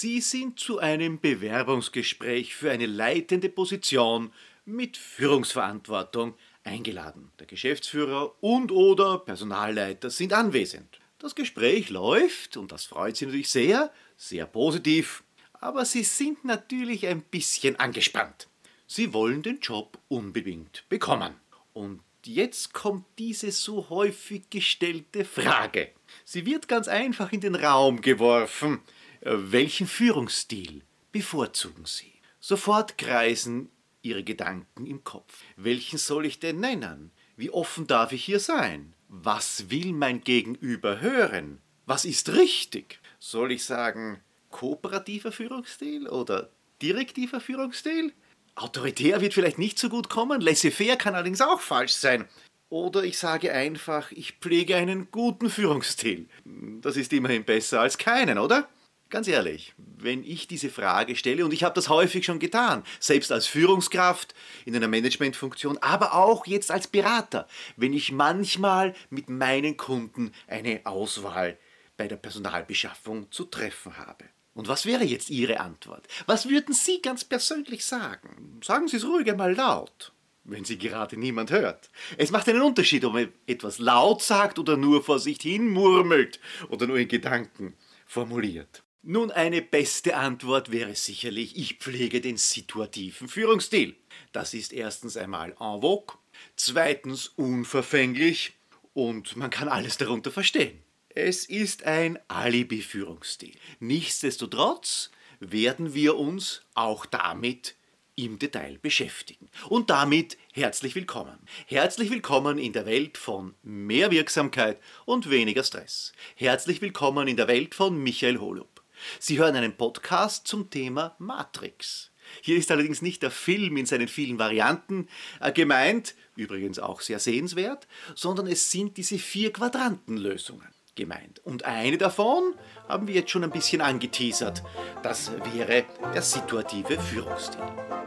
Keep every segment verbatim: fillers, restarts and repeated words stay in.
Sie sind zu einem Bewerbungsgespräch für eine leitende Position mit Führungsverantwortung eingeladen. Der Geschäftsführer und/oder Personalleiter sind anwesend. Das Gespräch läuft, und das freut Sie natürlich sehr, sehr positiv, aber Sie sind natürlich ein bisschen angespannt. Sie wollen den Job unbedingt bekommen. Und jetzt kommt diese so häufig gestellte Frage. Sie wird ganz einfach in den Raum geworfen. Welchen Führungsstil bevorzugen Sie? Sofort kreisen Ihre Gedanken im Kopf. Welchen soll ich denn nennen? Wie offen darf ich hier sein? Was will mein Gegenüber hören? Was ist richtig? Soll ich sagen, kooperativer Führungsstil oder direktiver Führungsstil? Autoritär wird vielleicht nicht so gut kommen, laissez-faire kann allerdings auch falsch sein. Oder ich sage einfach, ich pflege einen guten Führungsstil. Das ist immerhin besser als keinen, oder? Ganz ehrlich, wenn ich diese Frage stelle, und ich habe das häufig schon getan, selbst als Führungskraft in einer Managementfunktion, aber auch jetzt als Berater, wenn ich manchmal mit meinen Kunden eine Auswahl bei der Personalbeschaffung zu treffen habe. Und was wäre jetzt Ihre Antwort? Was würden Sie ganz persönlich sagen? Sagen Sie es ruhig einmal laut, wenn Sie gerade niemand hört. Es macht einen Unterschied, ob man etwas laut sagt oder nur vor sich hin murmelt oder nur in Gedanken formuliert. Nun, eine beste Antwort wäre sicherlich, ich pflege den situativen Führungsstil. Das ist erstens einmal en vogue, zweitens unverfänglich und man kann alles darunter verstehen. Es ist ein Alibi-Führungsstil. Nichtsdestotrotz werden wir uns auch damit im Detail beschäftigen. Und damit herzlich willkommen. Herzlich willkommen in der Welt von mehr Wirksamkeit und weniger Stress. Herzlich willkommen in der Welt von Michael Holub. Sie hören einen Podcast zum Thema Matrix. Hier ist allerdings nicht der Film in seinen vielen Varianten äh, gemeint, übrigens auch sehr sehenswert, sondern es sind diese vier Quadrantenlösungen gemeint. Und eine davon haben wir jetzt schon ein bisschen angeteasert. Das wäre der situative Führungsstil.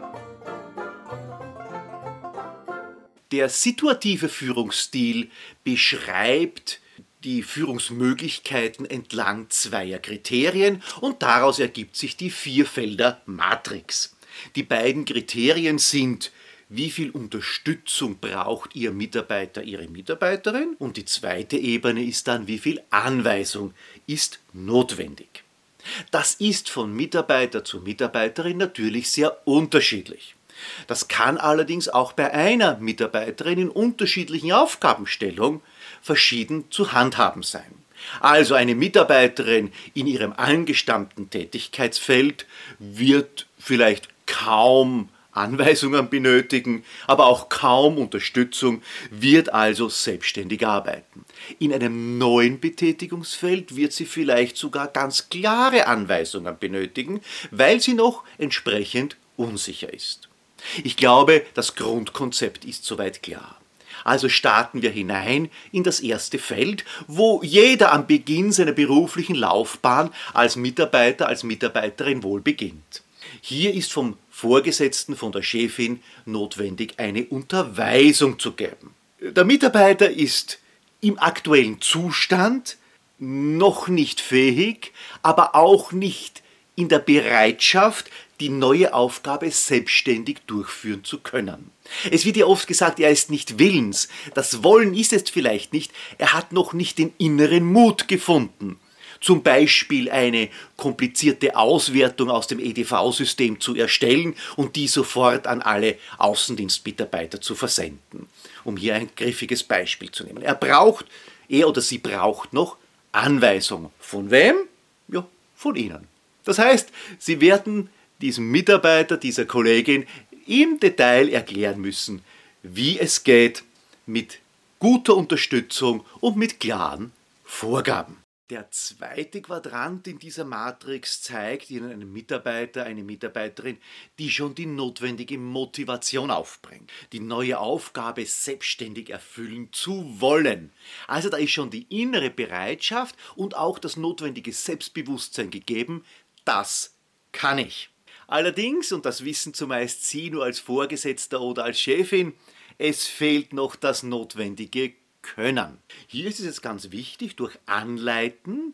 Der situative Führungsstil beschreibt die Führungsmöglichkeiten entlang zweier Kriterien und daraus ergibt sich die Vierfelder Matrix. Die beiden Kriterien sind, wie viel Unterstützung braucht Ihr Mitarbeiter, Ihre Mitarbeiterin? Und die zweite Ebene ist dann, wie viel Anweisung ist notwendig. Das ist von Mitarbeiter zu Mitarbeiterin natürlich sehr unterschiedlich. Das kann allerdings auch bei einer Mitarbeiterin in unterschiedlichen Aufgabenstellungen verschieden zu handhaben sein. Also eine Mitarbeiterin in ihrem angestammten Tätigkeitsfeld wird vielleicht kaum Anweisungen benötigen, aber auch kaum Unterstützung, wird also selbstständig arbeiten. In einem neuen Betätigungsfeld wird sie vielleicht sogar ganz klare Anweisungen benötigen, weil sie noch entsprechend unsicher ist. Ich glaube, das Grundkonzept ist soweit klar. Also starten wir hinein in das erste Feld, wo jeder am Beginn seiner beruflichen Laufbahn als Mitarbeiter, als Mitarbeiterin wohl beginnt. Hier ist vom Vorgesetzten, von der Chefin notwendig, eine Unterweisung zu geben. Der Mitarbeiter ist im aktuellen Zustand noch nicht fähig, aber auch nicht in der Bereitschaft, die neue Aufgabe selbstständig durchführen zu können. Es wird ja oft gesagt, er ist nicht willens. Das Wollen ist es vielleicht nicht. Er hat noch nicht den inneren Mut gefunden. Zum Beispiel eine komplizierte Auswertung aus dem E D V-System zu erstellen und die sofort an alle Außendienstmitarbeiter zu versenden. Um hier ein griffiges Beispiel zu nehmen. Er braucht, er oder sie braucht noch Anweisung. Von wem? Ja, von Ihnen. Das heißt, Sie werden diesem Mitarbeiter, dieser Kollegin im Detail erklären müssen, wie es geht mit guter Unterstützung und mit klaren Vorgaben. Der zweite Quadrant in dieser Matrix zeigt Ihnen einen Mitarbeiter, eine Mitarbeiterin, die schon die notwendige Motivation aufbringt, die neue Aufgabe selbstständig erfüllen zu wollen. Also da ist schon die innere Bereitschaft und auch das notwendige Selbstbewusstsein gegeben, das kann ich. Allerdings, und das wissen zumeist Sie nur als Vorgesetzter oder als Chefin, es fehlt noch das notwendige Können. Hier ist es jetzt ganz wichtig, durch Anleiten,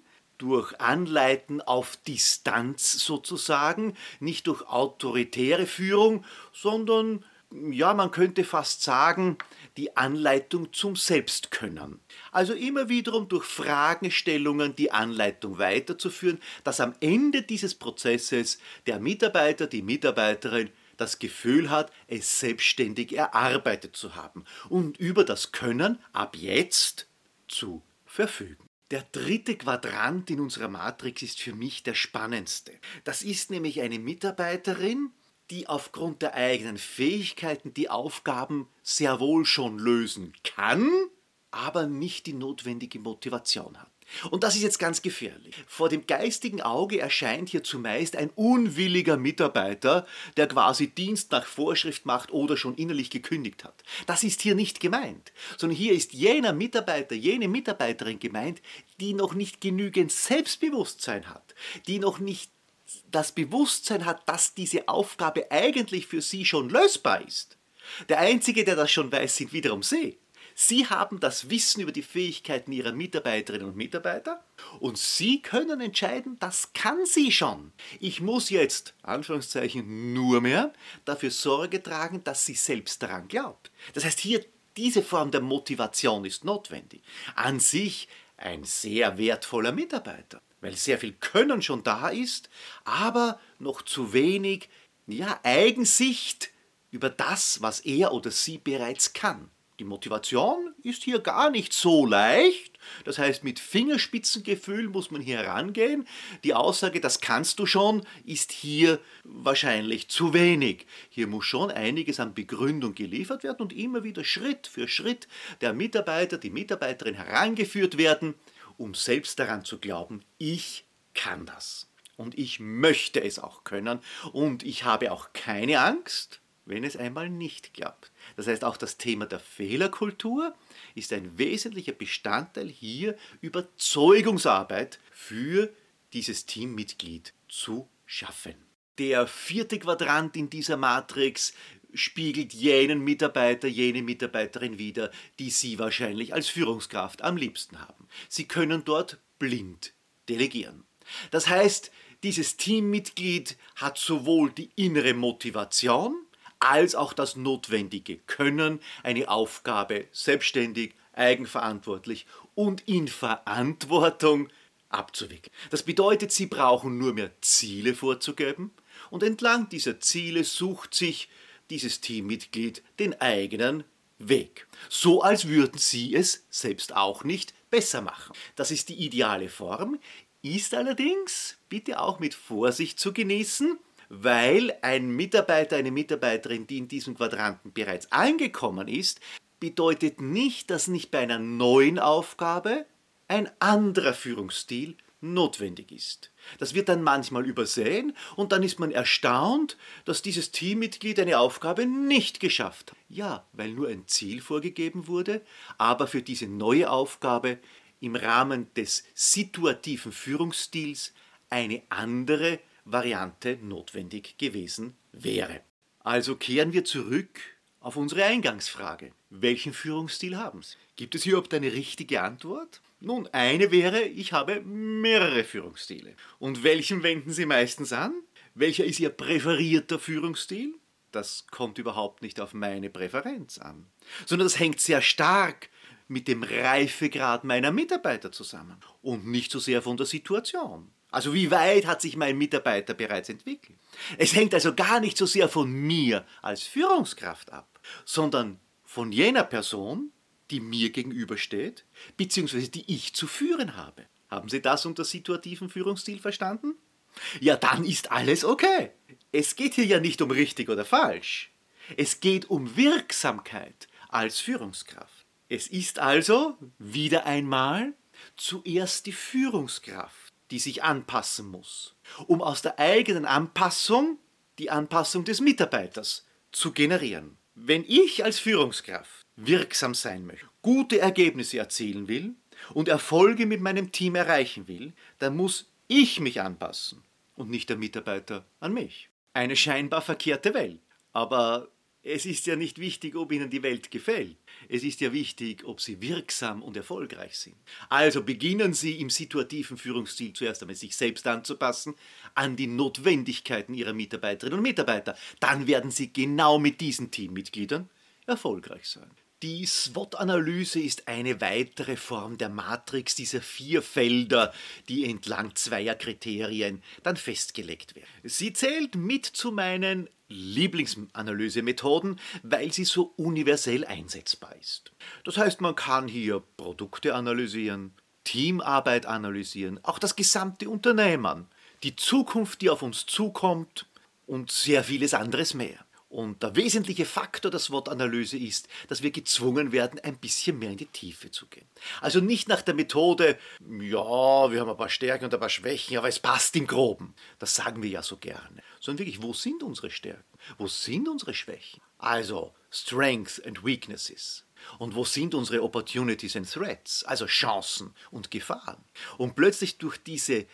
durch Anleiten auf Distanz sozusagen, nicht durch autoritäre Führung, sondern, ja, man könnte fast sagen, die Anleitung zum Selbstkönnen. Also immer wiederum durch Fragestellungen die Anleitung weiterzuführen, dass am Ende dieses Prozesses der Mitarbeiter, die Mitarbeiterin das Gefühl hat, es selbstständig erarbeitet zu haben und über das Können ab jetzt zu verfügen. Der dritte Quadrant in unserer Matrix ist für mich der spannendste. Das ist nämlich eine Mitarbeiterin, die aufgrund der eigenen Fähigkeiten die Aufgaben sehr wohl schon lösen kann, aber nicht die notwendige Motivation hat. Und das ist jetzt ganz gefährlich. Vor dem geistigen Auge erscheint hier zumeist ein unwilliger Mitarbeiter, der quasi Dienst nach Vorschrift macht oder schon innerlich gekündigt hat. Das ist hier nicht gemeint, sondern hier ist jener Mitarbeiter, jene Mitarbeiterin gemeint, die noch nicht genügend Selbstbewusstsein hat, die noch nicht das Bewusstsein hat, dass diese Aufgabe eigentlich für sie schon lösbar ist. Der Einzige, der das schon weiß, sind wiederum Sie. Sie haben das Wissen über die Fähigkeiten Ihrer Mitarbeiterinnen und Mitarbeiter und Sie können entscheiden, das kann sie schon. Ich muss jetzt, Anführungszeichen, nur mehr dafür Sorge tragen, dass sie selbst daran glaubt. Das heißt, hier diese Form der Motivation ist notwendig. An sich ein sehr wertvoller Mitarbeiter, weil sehr viel Können schon da ist, aber noch zu wenig, ja, Eigensicht über das, was er oder sie bereits kann. Die Motivation ist hier gar nicht so leicht, das heißt, mit Fingerspitzengefühl muss man hier herangehen. Die Aussage, das kannst du schon, ist hier wahrscheinlich zu wenig. Hier muss schon einiges an Begründung geliefert werden und immer wieder Schritt für Schritt der Mitarbeiter, die Mitarbeiterin herangeführt werden, um selbst daran zu glauben, ich kann das. Und ich möchte es auch können und ich habe auch keine Angst, wenn es einmal nicht klappt. Das heißt, auch das Thema der Fehlerkultur ist ein wesentlicher Bestandteil, hier Überzeugungsarbeit für dieses Teammitglied zu schaffen. Der vierte Quadrant in dieser Matrix spiegelt jenen Mitarbeiter, jene Mitarbeiterin wider, die Sie wahrscheinlich als Führungskraft am liebsten haben. Sie können dort blind delegieren. Das heißt, dieses Teammitglied hat sowohl die innere Motivation, als auch das notwendige Können, eine Aufgabe selbstständig, eigenverantwortlich und in Verantwortung abzuwickeln. Das bedeutet, Sie brauchen nur mehr Ziele vorzugeben und entlang dieser Ziele sucht sich dieses Teammitglied den eigenen Weg. So als würden Sie es selbst auch nicht besser machen. Das ist die ideale Form, ist allerdings bitte auch mit Vorsicht zu genießen, weil ein Mitarbeiter, eine Mitarbeiterin, die in diesem Quadranten bereits angekommen ist, bedeutet nicht, dass nicht bei einer neuen Aufgabe ein anderer Führungsstil notwendig ist. Das wird dann manchmal übersehen und dann ist man erstaunt, dass dieses Teammitglied eine Aufgabe nicht geschafft hat. Ja, weil nur ein Ziel vorgegeben wurde, aber für diese neue Aufgabe im Rahmen des situativen Führungsstils eine andere Variante notwendig gewesen wäre. Also kehren wir zurück auf unsere Eingangsfrage. Welchen Führungsstil haben Sie? Gibt es überhaupt eine richtige Antwort? Nun, eine wäre, ich habe mehrere Führungsstile. Und welchen wenden Sie meistens an? Welcher ist Ihr präferierter Führungsstil? Das kommt überhaupt nicht auf meine Präferenz an, sondern das hängt sehr stark mit dem Reifegrad meiner Mitarbeiter zusammen und nicht so sehr von der Situation. Also wie weit hat sich mein Mitarbeiter bereits entwickelt? Es hängt also gar nicht so sehr von mir als Führungskraft ab, sondern von jener Person, die mir gegenübersteht, beziehungsweise die ich zu führen habe. Haben Sie das unter situativen Führungsstil verstanden? Ja, dann ist alles okay. Es geht hier ja nicht um richtig oder falsch. Es geht um Wirksamkeit als Führungskraft. Es ist also, wieder einmal, zuerst die Führungskraft, die sich anpassen muss, um aus der eigenen Anpassung die Anpassung des Mitarbeiters zu generieren. Wenn ich als Führungskraft wirksam sein möchte, gute Ergebnisse erzielen will und Erfolge mit meinem Team erreichen will, dann muss ich mich anpassen und nicht der Mitarbeiter an mich. Eine scheinbar verkehrte Welt. Aber Es ist ja nicht wichtig, ob Ihnen die Welt gefällt. Es ist ja wichtig, ob Sie wirksam und erfolgreich sind. Also beginnen Sie im situativen Führungsstil zuerst einmal sich selbst anzupassen an die Notwendigkeiten Ihrer Mitarbeiterinnen und Mitarbeiter. Dann werden Sie genau mit diesen Teammitgliedern erfolgreich sein. Die SWOT-Analyse ist eine weitere Form der Matrix dieser vier Felder, die entlang zweier Kriterien dann festgelegt werden. Sie zählt mit zu meinen Lieblingsanalysemethoden, weil sie so universell einsetzbar ist. Das heißt, man kann hier Produkte analysieren, Teamarbeit analysieren, auch das gesamte Unternehmen, die Zukunft, die auf uns zukommt und sehr vieles anderes mehr. Und der wesentliche Faktor der SWOT-Analyse ist, dass wir gezwungen werden, ein bisschen mehr in die Tiefe zu gehen. Also nicht nach der Methode, ja, wir haben ein paar Stärken und ein paar Schwächen, aber es passt im Groben. Das sagen wir ja so gerne. Sondern wirklich, wo sind unsere Stärken? Wo sind unsere Schwächen? Also Strengths and Weaknesses. Und wo sind unsere Opportunities and Threats, also Chancen und Gefahren? Und plötzlich durch diese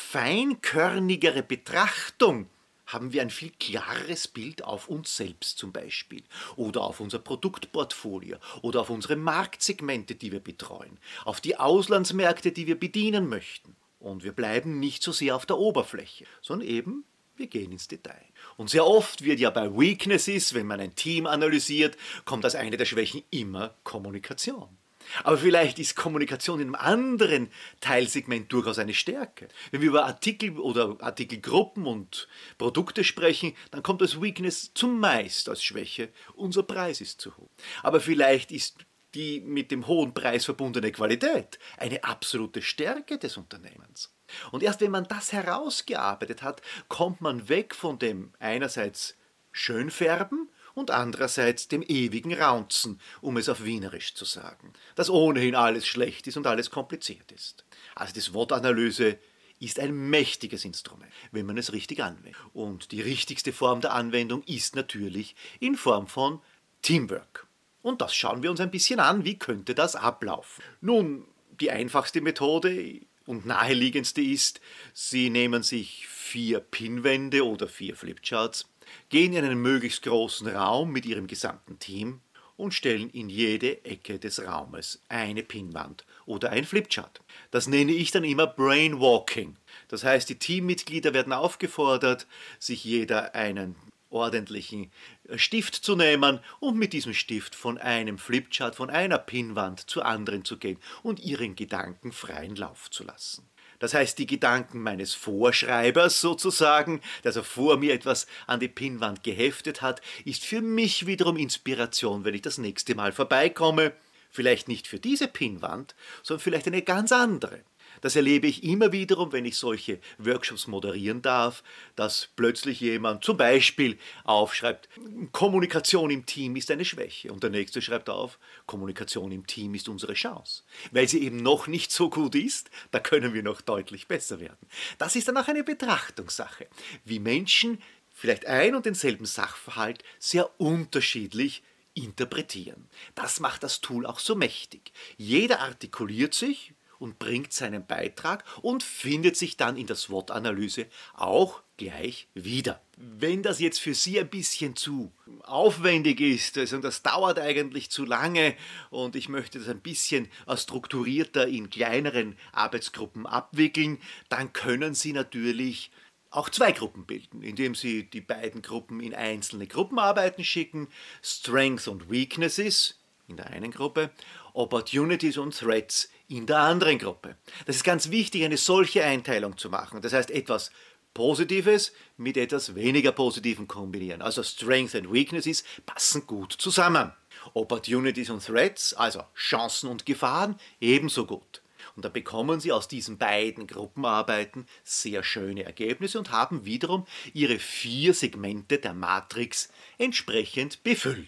feinkörnigere Betrachtung haben wir ein viel klareres Bild auf uns selbst zum Beispiel oder auf unser Produktportfolio oder auf unsere Marktsegmente, die wir betreuen, auf die Auslandsmärkte, die wir bedienen möchten. Und wir bleiben nicht so sehr auf der Oberfläche, sondern eben, wir gehen ins Detail. Und sehr oft wird ja bei Weaknesses, wenn man ein Team analysiert, kommt als eine der Schwächen immer Kommunikation. Aber vielleicht ist Kommunikation in einem anderen Teilsegment durchaus eine Stärke. Wenn wir über Artikel oder Artikelgruppen und Produkte sprechen, dann kommt als Weakness zumeist als Schwäche, unser Preis ist zu hoch. Aber vielleicht ist die mit dem hohen Preis verbundene Qualität eine absolute Stärke des Unternehmens. Und erst wenn man das herausgearbeitet hat, kommt man weg von dem einerseits Schönfärben und andererseits dem ewigen Raunzen, um es auf Wienerisch zu sagen, dass ohnehin alles schlecht ist und alles kompliziert ist. Also die SWOT-Analyse ist ein mächtiges Instrument, wenn man es richtig anwendet. Und die richtigste Form der Anwendung ist natürlich in Form von Teamwork. Und das schauen wir uns ein bisschen an, wie könnte das ablaufen. Nun, die einfachste Methode und naheliegendste ist, Sie nehmen sich vier Pinwände oder vier Flipcharts, gehen in einen möglichst großen Raum mit Ihrem gesamten Team und stellen in jede Ecke des Raumes eine Pinnwand oder ein Flipchart. Das nenne ich dann immer Brainwalking. Das heißt, die Teammitglieder werden aufgefordert, sich jeder einen ordentlichen Stift zu nehmen und mit diesem Stift von einem Flipchart, von einer Pinnwand zur anderen zu gehen und ihren Gedanken freien Lauf zu lassen. Das heißt, die Gedanken meines Vorschreibers sozusagen, der also vor mir etwas an die Pinnwand geheftet hat, ist für mich wiederum Inspiration, wenn ich das nächste Mal vorbeikomme. Vielleicht nicht für diese Pinnwand, sondern vielleicht eine ganz andere. Das erlebe ich immer wiederum, wenn ich solche Workshops moderieren darf, dass plötzlich jemand zum Beispiel aufschreibt, Kommunikation im Team ist eine Schwäche. Und der Nächste schreibt auf, Kommunikation im Team ist unsere Chance. Weil sie eben noch nicht so gut ist, da können wir noch deutlich besser werden. Das ist dann auch eine Betrachtungssache, wie Menschen vielleicht ein und denselben Sachverhalt sehr unterschiedlich interpretieren. Das macht das Tool auch so mächtig. Jeder artikuliert sich und bringt seinen Beitrag und findet sich dann in der SWOT-Analyse auch gleich wieder. Wenn das jetzt für Sie ein bisschen zu aufwendig ist, also das dauert eigentlich zu lange und ich möchte das ein bisschen strukturierter in kleineren Arbeitsgruppen abwickeln, dann können Sie natürlich auch zwei Gruppen bilden, indem Sie die beiden Gruppen in einzelne Gruppenarbeiten schicken, Strengths und Weaknesses in der einen Gruppe, Opportunities und Threats in der anderen Gruppe. Das ist ganz wichtig, eine solche Einteilung zu machen. Das heißt, etwas Positives mit etwas weniger Positivem kombinieren. Also Strengths and Weaknesses passen gut zusammen. Opportunities und Threats, also Chancen und Gefahren, ebenso gut. Und da bekommen Sie aus diesen beiden Gruppenarbeiten sehr schöne Ergebnisse und haben wiederum Ihre vier Segmente der Matrix entsprechend befüllt.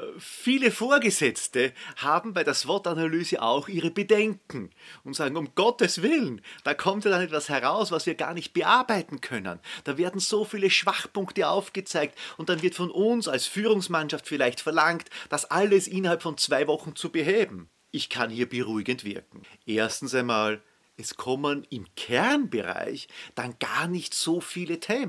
Viele Vorgesetzte haben bei der SWOT-Analyse auch ihre Bedenken und sagen, um Gottes Willen, da kommt ja dann etwas heraus, was wir gar nicht bearbeiten können. Da werden so viele Schwachpunkte aufgezeigt und dann wird von uns als Führungsmannschaft vielleicht verlangt, das alles innerhalb von zwei Wochen zu beheben. Ich kann hier beruhigend wirken. Erstens einmal, es kommen im Kernbereich dann gar nicht so viele Themen.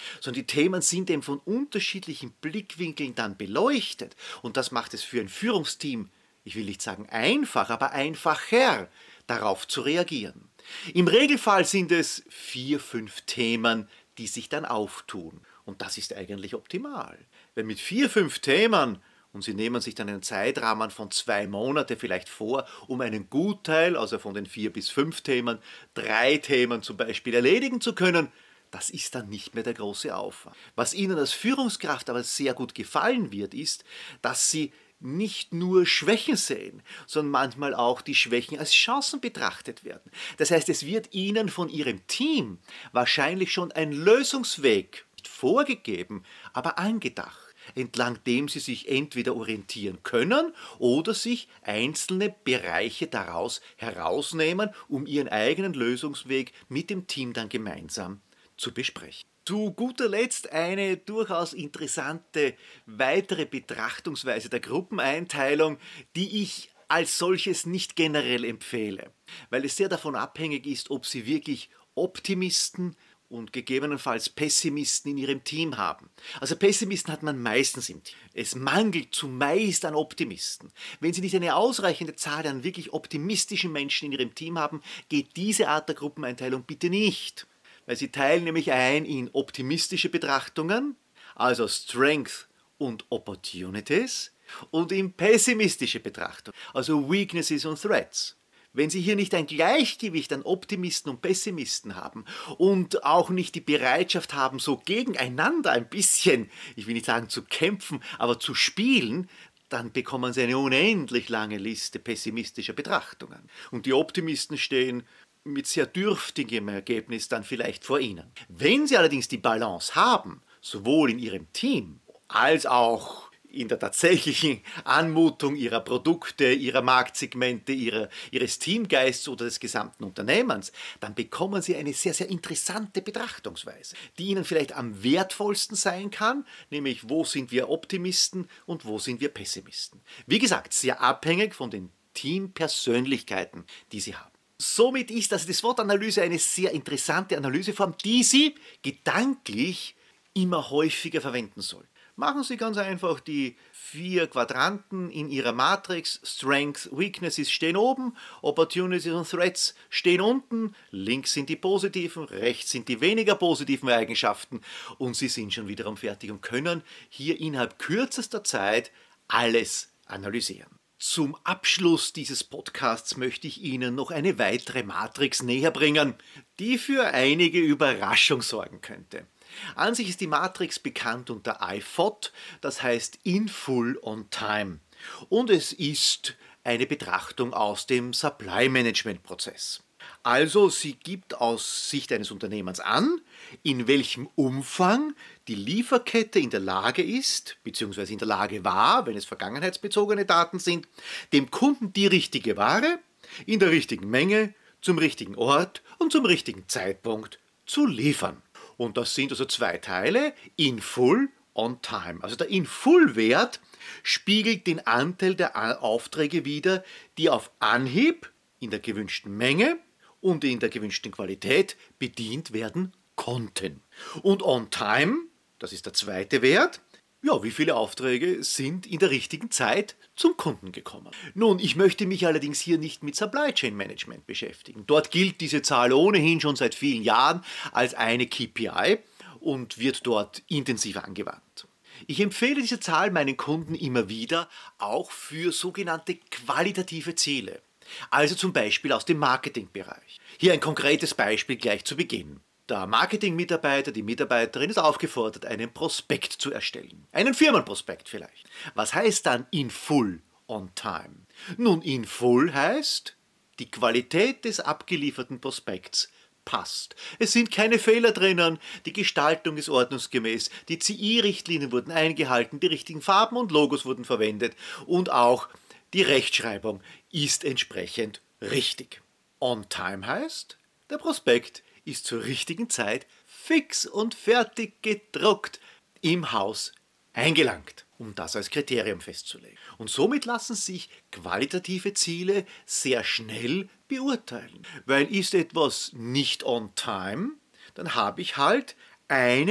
sondern die Themen sind eben von unterschiedlichen Blickwinkeln dann beleuchtet. Und das macht es für ein Führungsteam, ich will nicht sagen einfach, aber einfacher, darauf zu reagieren. Im Regelfall sind es vier, fünf Themen, die sich dann auftun. Und das ist eigentlich optimal. Wenn mit vier, fünf Themen, und Sie nehmen sich dann einen Zeitrahmen von zwei Monate vielleicht vor, um einen Gutteil, also von den vier bis fünf Themen, drei Themen zum Beispiel erledigen zu können, das ist dann nicht mehr der große Aufwand. Was Ihnen als Führungskraft aber sehr gut gefallen wird, ist, dass Sie nicht nur Schwächen sehen, sondern manchmal auch die Schwächen als Chancen betrachtet werden. Das heißt, es wird Ihnen von Ihrem Team wahrscheinlich schon ein Lösungsweg nicht vorgegeben, aber angedacht, entlang dem Sie sich entweder orientieren können oder sich einzelne Bereiche daraus herausnehmen, um Ihren eigenen Lösungsweg mit dem Team dann gemeinsam zu besprechen. Zu guter Letzt eine durchaus interessante weitere Betrachtungsweise der Gruppeneinteilung, die ich als solches nicht generell empfehle, weil es sehr davon abhängig ist, ob Sie wirklich Optimisten und gegebenenfalls Pessimisten in Ihrem Team haben. Also Pessimisten hat man meistens im Team. Es mangelt zumeist an Optimisten. Wenn Sie nicht eine ausreichende Zahl an wirklich optimistischen Menschen in Ihrem Team haben, geht diese Art der Gruppeneinteilung bitte nicht. Weil sie teilen nämlich ein in optimistische Betrachtungen, also Strength und Opportunities, und in pessimistische Betrachtungen, also Weaknesses und Threats. Wenn Sie hier nicht ein Gleichgewicht an Optimisten und Pessimisten haben und auch nicht die Bereitschaft haben, so gegeneinander ein bisschen, ich will nicht sagen zu kämpfen, aber zu spielen, dann bekommen Sie eine unendlich lange Liste pessimistischer Betrachtungen. Und die Optimisten stehen mit sehr dürftigem Ergebnis dann vielleicht vor Ihnen. Wenn Sie allerdings die Balance haben, sowohl in Ihrem Team als auch in der tatsächlichen Anmutung Ihrer Produkte, Ihrer Marktsegmente, ihrer, Ihres Teamgeists oder des gesamten Unternehmens, dann bekommen Sie eine sehr, sehr interessante Betrachtungsweise, die Ihnen vielleicht am wertvollsten sein kann, nämlich wo sind wir Optimisten und wo sind wir Pessimisten. Wie gesagt, sehr abhängig von den Teampersönlichkeiten, die Sie haben. Somit ist also das Wortanalyse eine sehr interessante Analyseform, die Sie gedanklich immer häufiger verwenden sollen. Machen Sie ganz einfach die vier Quadranten in Ihrer Matrix. Strengths, Weaknesses stehen oben, Opportunities und Threats stehen unten. Links sind die positiven, rechts sind die weniger positiven Eigenschaften und Sie sind schon wiederum fertig und können hier innerhalb kürzester Zeit alles analysieren. Zum Abschluss dieses Podcasts möchte ich Ihnen noch eine weitere Matrix näher bringen, die für einige Überraschung sorgen könnte. An sich ist die Matrix bekannt unter I F O T, das heißt In Full on Time. Und es ist eine Betrachtung aus dem Supply Management Prozess. Also sie gibt aus Sicht eines Unternehmens an, in welchem Umfang die Lieferkette in der Lage ist, beziehungsweise in der Lage war, wenn es vergangenheitsbezogene Daten sind, dem Kunden die richtige Ware in der richtigen Menge, zum richtigen Ort und zum richtigen Zeitpunkt zu liefern. Und das sind also zwei Teile, in full, on time. Also der in full Wert spiegelt den Anteil der Aufträge wider, die auf Anhieb in der gewünschten Menge und in der gewünschten Qualität bedient werden konnten. Und on time, das ist der zweite Wert, ja, wie viele Aufträge sind in der richtigen Zeit zum Kunden gekommen. Nun, ich möchte mich allerdings hier nicht mit Supply Chain Management beschäftigen. Dort gilt diese Zahl ohnehin schon seit vielen Jahren als eine K P I und wird dort intensiv angewandt. Ich empfehle diese Zahl meinen Kunden immer wieder, auch für sogenannte qualitative Ziele. Also zum Beispiel aus dem Marketingbereich. Hier ein konkretes Beispiel gleich zu Beginn. Der Marketingmitarbeiter, die Mitarbeiterin ist aufgefordert, einen Prospekt zu erstellen. Einen Firmenprospekt vielleicht. Was heißt dann in full on time? Nun, in full heißt, die Qualität des abgelieferten Prospekts passt. Es sind keine Fehler drinnen, die Gestaltung ist ordnungsgemäß, die C I-Richtlinien wurden eingehalten, die richtigen Farben und Logos wurden verwendet und auch die Rechtschreibung ist entsprechend richtig. On time heißt, der Prospekt ist zur richtigen Zeit fix und fertig gedruckt im Haus eingelangt, um das als Kriterium festzulegen. Und somit lassen sich qualitative Ziele sehr schnell beurteilen. Weil ist etwas nicht on time, dann habe ich halt eine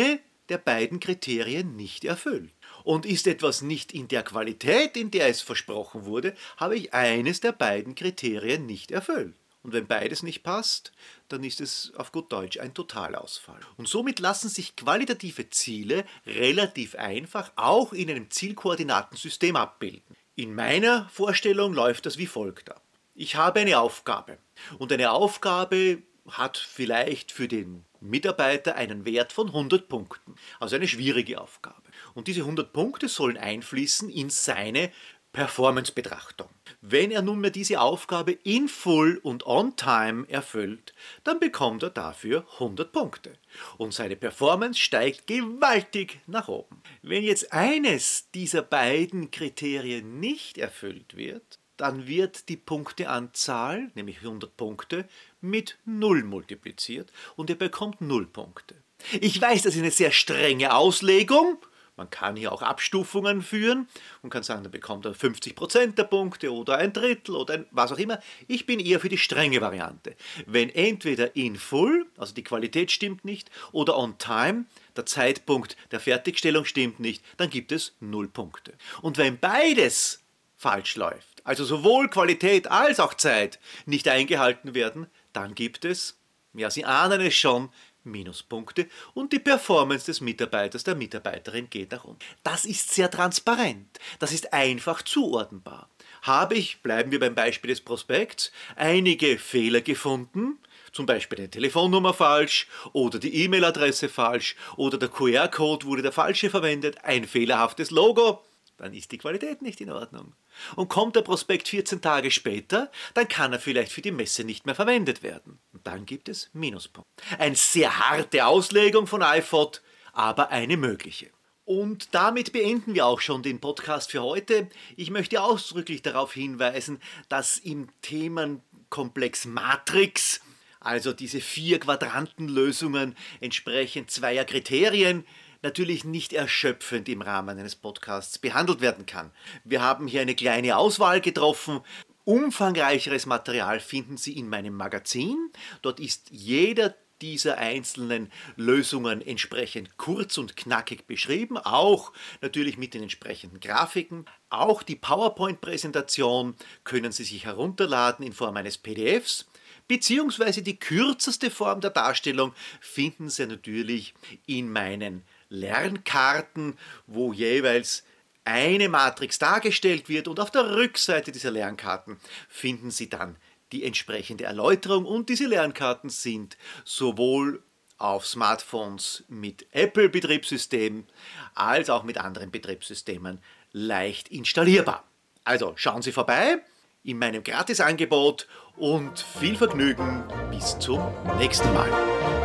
der beiden Kriterien nicht erfüllt. Und ist etwas nicht in der Qualität, in der es versprochen wurde, habe ich eines der beiden Kriterien nicht erfüllt. Und wenn beides nicht passt, dann ist es auf gut Deutsch ein Totalausfall. Und somit lassen sich qualitative Ziele relativ einfach auch in einem Zielkoordinatensystem abbilden. In meiner Vorstellung läuft das wie folgt ab. Ich habe eine Aufgabe und eine Aufgabe hat vielleicht für den Mitarbeiter einen Wert von hundert Punkten. Also eine schwierige Aufgabe. Und diese hundert Punkte sollen einfließen in seine Performance-Betrachtung. Wenn er nunmehr diese Aufgabe in full und on time erfüllt, dann bekommt er dafür hundert Punkte. Und seine Performance steigt gewaltig nach oben. Wenn jetzt eines dieser beiden Kriterien nicht erfüllt wird, dann wird die Punkteanzahl, nämlich hundert Punkte, mit null multipliziert und er bekommt null Punkte. Ich weiß, das ist eine sehr strenge Auslegung. Man kann hier auch Abstufungen führen und kann sagen, dann bekommt er fünfzig Prozent der Punkte oder ein Drittel oder ein, was auch immer. Ich bin eher für die strenge Variante. Wenn entweder in full, also die Qualität stimmt nicht, oder on time, der Zeitpunkt der Fertigstellung stimmt nicht, dann gibt es null Punkte. Und wenn beides falsch läuft, also sowohl Qualität als auch Zeit nicht eingehalten werden, dann gibt es, ja, Sie ahnen es schon, Minuspunkte und die Performance des Mitarbeiters, der Mitarbeiterin geht nach unten. Das ist sehr transparent, das ist einfach zuordnenbar. Habe ich, bleiben wir beim Beispiel des Prospekts, einige Fehler gefunden, zum Beispiel eine Telefonnummer falsch oder die E-Mail-Adresse falsch oder der Q R-Code wurde der falsche verwendet, ein fehlerhaftes Logo, dann ist die Qualität nicht in Ordnung. Und kommt der Prospekt vierzehn Tage später, dann kann er vielleicht für die Messe nicht mehr verwendet werden. Und dann gibt es Minuspunkte. Eine sehr harte Auslegung von I F O D, aber eine mögliche. Und damit beenden wir auch schon den Podcast für heute. Ich möchte ausdrücklich darauf hinweisen, dass im Themenkomplex Matrix, also diese vier Quadrantenlösungen entsprechend zweier Kriterien, natürlich nicht erschöpfend im Rahmen eines Podcasts behandelt werden kann. Wir haben hier eine kleine Auswahl getroffen. Umfangreicheres Material finden Sie in meinem Magazin. Dort ist jeder dieser einzelnen Lösungen entsprechend kurz und knackig beschrieben, auch natürlich mit den entsprechenden Grafiken. Auch die PowerPoint-Präsentation können Sie sich herunterladen in Form eines P D Fs. Beziehungsweise die kürzeste Form der Darstellung finden Sie natürlich in meinen Lernkarten, wo jeweils eine Matrix dargestellt wird und auf der Rückseite dieser Lernkarten finden Sie dann die entsprechende Erläuterung und diese Lernkarten sind sowohl auf Smartphones mit Apple-Betriebssystem als auch mit anderen Betriebssystemen leicht installierbar. Also schauen Sie vorbei in meinem Gratisangebot und viel Vergnügen bis zum nächsten Mal.